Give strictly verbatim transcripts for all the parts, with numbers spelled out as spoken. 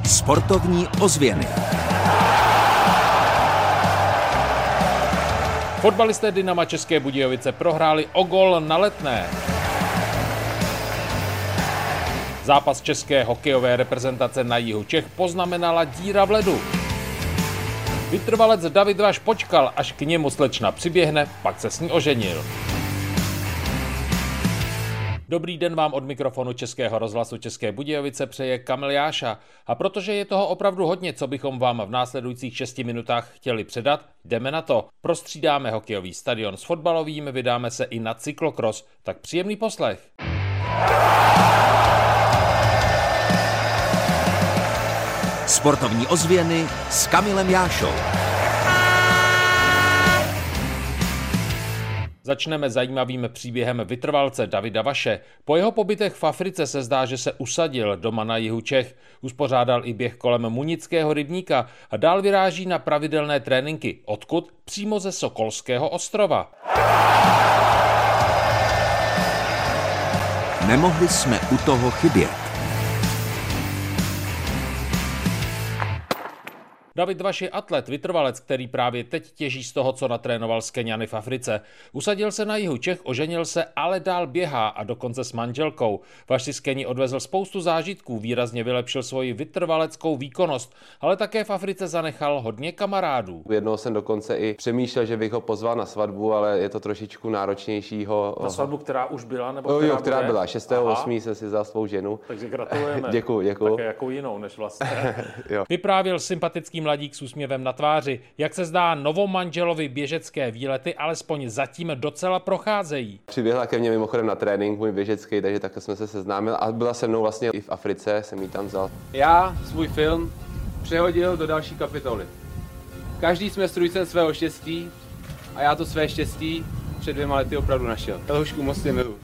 Sportovní ozvěny. Fotbalisté Dynama České Budějovice prohráli o gól na Letné. Zápas české hokejové reprezentace na jihu Čech poznamenala díra v ledu. Vytrvalec David Vaš počkal, až k němu slečna přiběhne, pak se s ní oženil. Dobrý den vám od mikrofonu Českého rozhlasu České Budějovice přeje Kamil Jáša. A protože je toho opravdu hodně, co bychom vám v následujících šesti minutách chtěli předat, jdeme na to. Prostřídáme hokejový stadion s fotbalovým, vydáme se i na cyklokros. Tak příjemný poslech. Sportovní ozvěny s Kamilem Jášou. Začneme zajímavým příběhem vytrvalce Davida Vaše. Po jeho pobytech v Africe se zdá, že se usadil doma na jihu Čech. Uspořádal i běh kolem Munického rybníka a dál vyráží na pravidelné tréninky. Odkud? Přímo ze Sokolského ostrova. Nemohli jsme u toho chybět. David Vaš je atlet, vytrvalec, který právě teď těží z toho, co natrénoval s Keňany v Africe. Usadil se na jihu Čech, oženil se, ale dál běhá a dokonce s manželkou. Vaš si z Keni odvezl spoustu zážitků, výrazně vylepšil svoji vytrvaleckou výkonnost, ale také v Africe zanechal hodně kamarádů. Jednou jsem dokonce i přemýšlel, že bych ho pozval na svatbu, ale je to trošičku náročnějšího. Na svatbu, která už byla, nebo která, která, jo, která bude? byla. šestého osmého jsem si vzal svou ženu. Takže gratulujeme. Děkuju, děkuju. Také jakou jinou než vlastně. Vyprávěl sympatický mladík s úsměvem na tváři. Jak se zdá, novomanželovi běžecké výlety alespoň zatím docela procházejí. Přiběhla ke mně mimochodem na trénink můj běžecký, takže takhle jsme se seznámili a byla se mnou vlastně i v Africe, jsem ji tam vzal. Já svůj film přehodil do další kapitoly. Každý jsme strůjcem svého štěstí a já to své štěstí před dvěma lety opravdu našel. Lhušku moc tě miluji.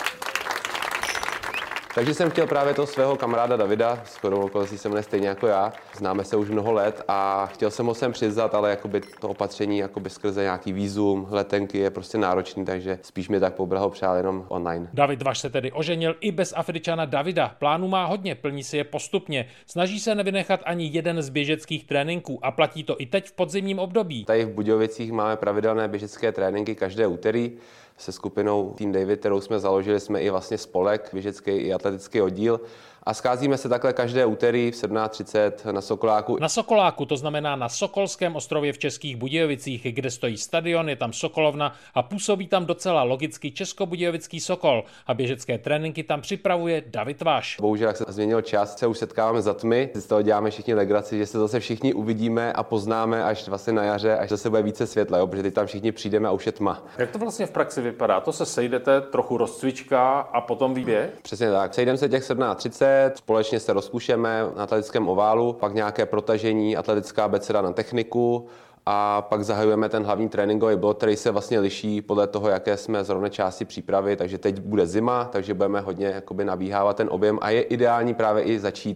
Takže jsem chtěl právě toho svého kamaráda Davida, shodou okolností se jmenuje stejně jako já. Známe se už mnoho let a chtěl jsem ho sem přizvat, ale jakoby to opatření jakoby skrze nějaký vízum, letenky je prostě náročný, takže spíš mi tak poblahopřál jenom online. David Vaš se tedy oženil i bez Afričana Davida. Plánů má hodně, plní si je postupně. Snaží se nevynechat ani jeden z běžeckých tréninků a platí to i teď v podzimním období. Tady v Budějovicích máme pravidelné běžecké tréninky každé úterý. Se skupinou Team David, kterou jsme založili, jsme i vlastně spolek, běžecký i atletický oddíl. A scházíme se takhle každé úterý v sedmnáct třicet na Sokoláku. Na Sokoláku, to znamená na Sokolském ostrově v Českých Budějovicích, kde stojí stadion, je tam Sokolovna a působí tam docela logicky Českobudějovický Sokol. A běžecké tréninky tam připravuje David Vaš. Bohužel, jak se změnil čas, se už setkáváme za tmy. Z toho děláme všichni legraci, že se zase všichni uvidíme a poznáme až vlastně na jaře, až zase bude více světla, jo? Protože teď tam všichni přijdeme a už je tma. Jak to vlastně v praxi vypadá? To se sejdete, trochu rozcvička a potom výběh? Přesně tak. Sejdeme se těch sedmnáct třicet. Společně se rozkušeme na atletickém oválu, pak nějaké protažení, atletická abeceda na techniku a pak zahajujeme ten hlavní tréninkový bod, který se vlastně liší podle toho, jaké jsme zrovna části přípravy, takže teď bude zima, takže budeme hodně jakoby nabíhávat ten objem a je ideální právě i začít.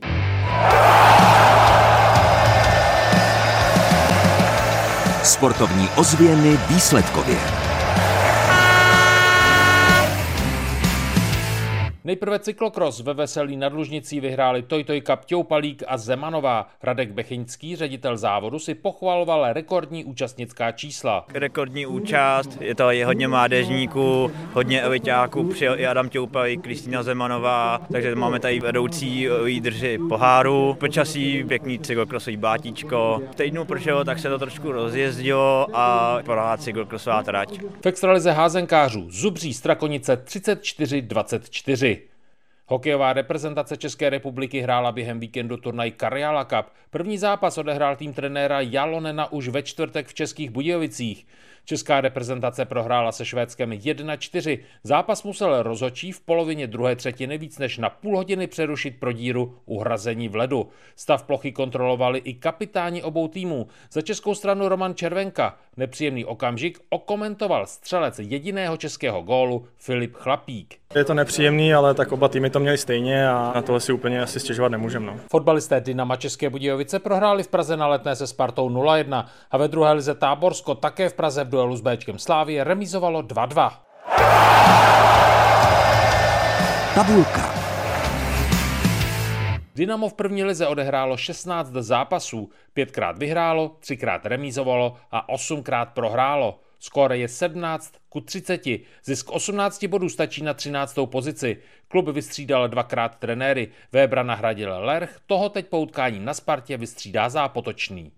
Sportovní ozvěny výsledkově. Nejprve cyklokros. Ve Veselí nad Lužnicí vyhráli Toj-Toj Cup Ťoupalík a Zemanová. Radek Becheňský, ředitel závodu, si pochvaloval rekordní účastnická čísla. Rekordní účast, je to je hodně mládežníků, hodně eliťáků, přijel i Adam Ťoupalík, Kristýna Zemanová, takže máme tady vedoucí výdrži poháru, počasí, pěkný cyklokrosový bátíčko. V týdnu pršelo, tak se to trošku rozjezdilo a porád cyklokrosová trať. V extralize házenkářů Zubří Strakonice třicet čtyři dvacet čtyři. Hokejová reprezentace České republiky hrála během víkendu turnaj Karjala Cup. První zápas odehrál tým trenéra Jalonena už ve čtvrtek v Českých Budějovicích. Česká reprezentace prohrála se Švédskem jedna čtyři. Zápas musel rozhodčí v polovině druhé třetiny víc než na půl hodiny přerušit pro díru uhrazení v ledu. Stav plochy kontrolovali i kapitáni obou týmů. Za českou stranu Roman Červenka. Nepříjemný okamžik okomentoval střelec jediného českého gólu Filip Chlapík. Je to nepříjemný, ale tak oba týmy to měli stejně a na tohle si úplně asi stěžovat nemůžeme. No. Fotbalisté Dynama České Budějovice prohráli v Praze na Letné se Spartou nula jedna a ve druhé lize Táborsko také v Praze v duelu s Béčkem Slávie remizovalo dva dva. Tabulka. Dynamo v první lize odehrálo šestnáct zápasů, pětkrát vyhrálo, třikrát remízovalo a osmkrát prohrálo. Skóre je sedmnáct ku třiceti. Zisk osmnácti bodů stačí na třináctou pozici. Klub vystřídal dvakrát trenéry. Vébra nahradil Lerch, toho teď po utkání na Spartě vystřídá Zápotočný.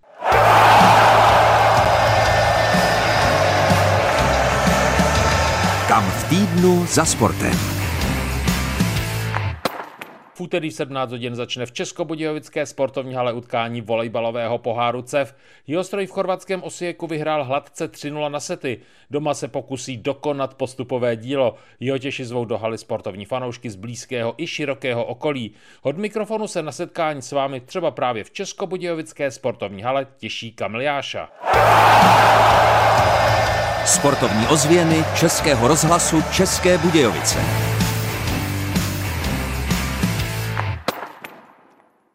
Kam v týdnu za sportem. V úterý v sedmnáct hodin začne v Českobudějovické sportovní hale utkání volejbalového poháru C E F. Jihostroj v chorvatském Osijeku vyhrál hladce tři nula na sety. Doma se pokusí dokonat postupové dílo. Jihotěši zvou do haly sportovní fanoušky z blízkého i širokého okolí. Od mikrofonu se na setkání s vámi třeba právě v Českobudějovické sportovní hale těší Kamil Jáša. Sportovní ozvěny Českého rozhlasu České Budějovice.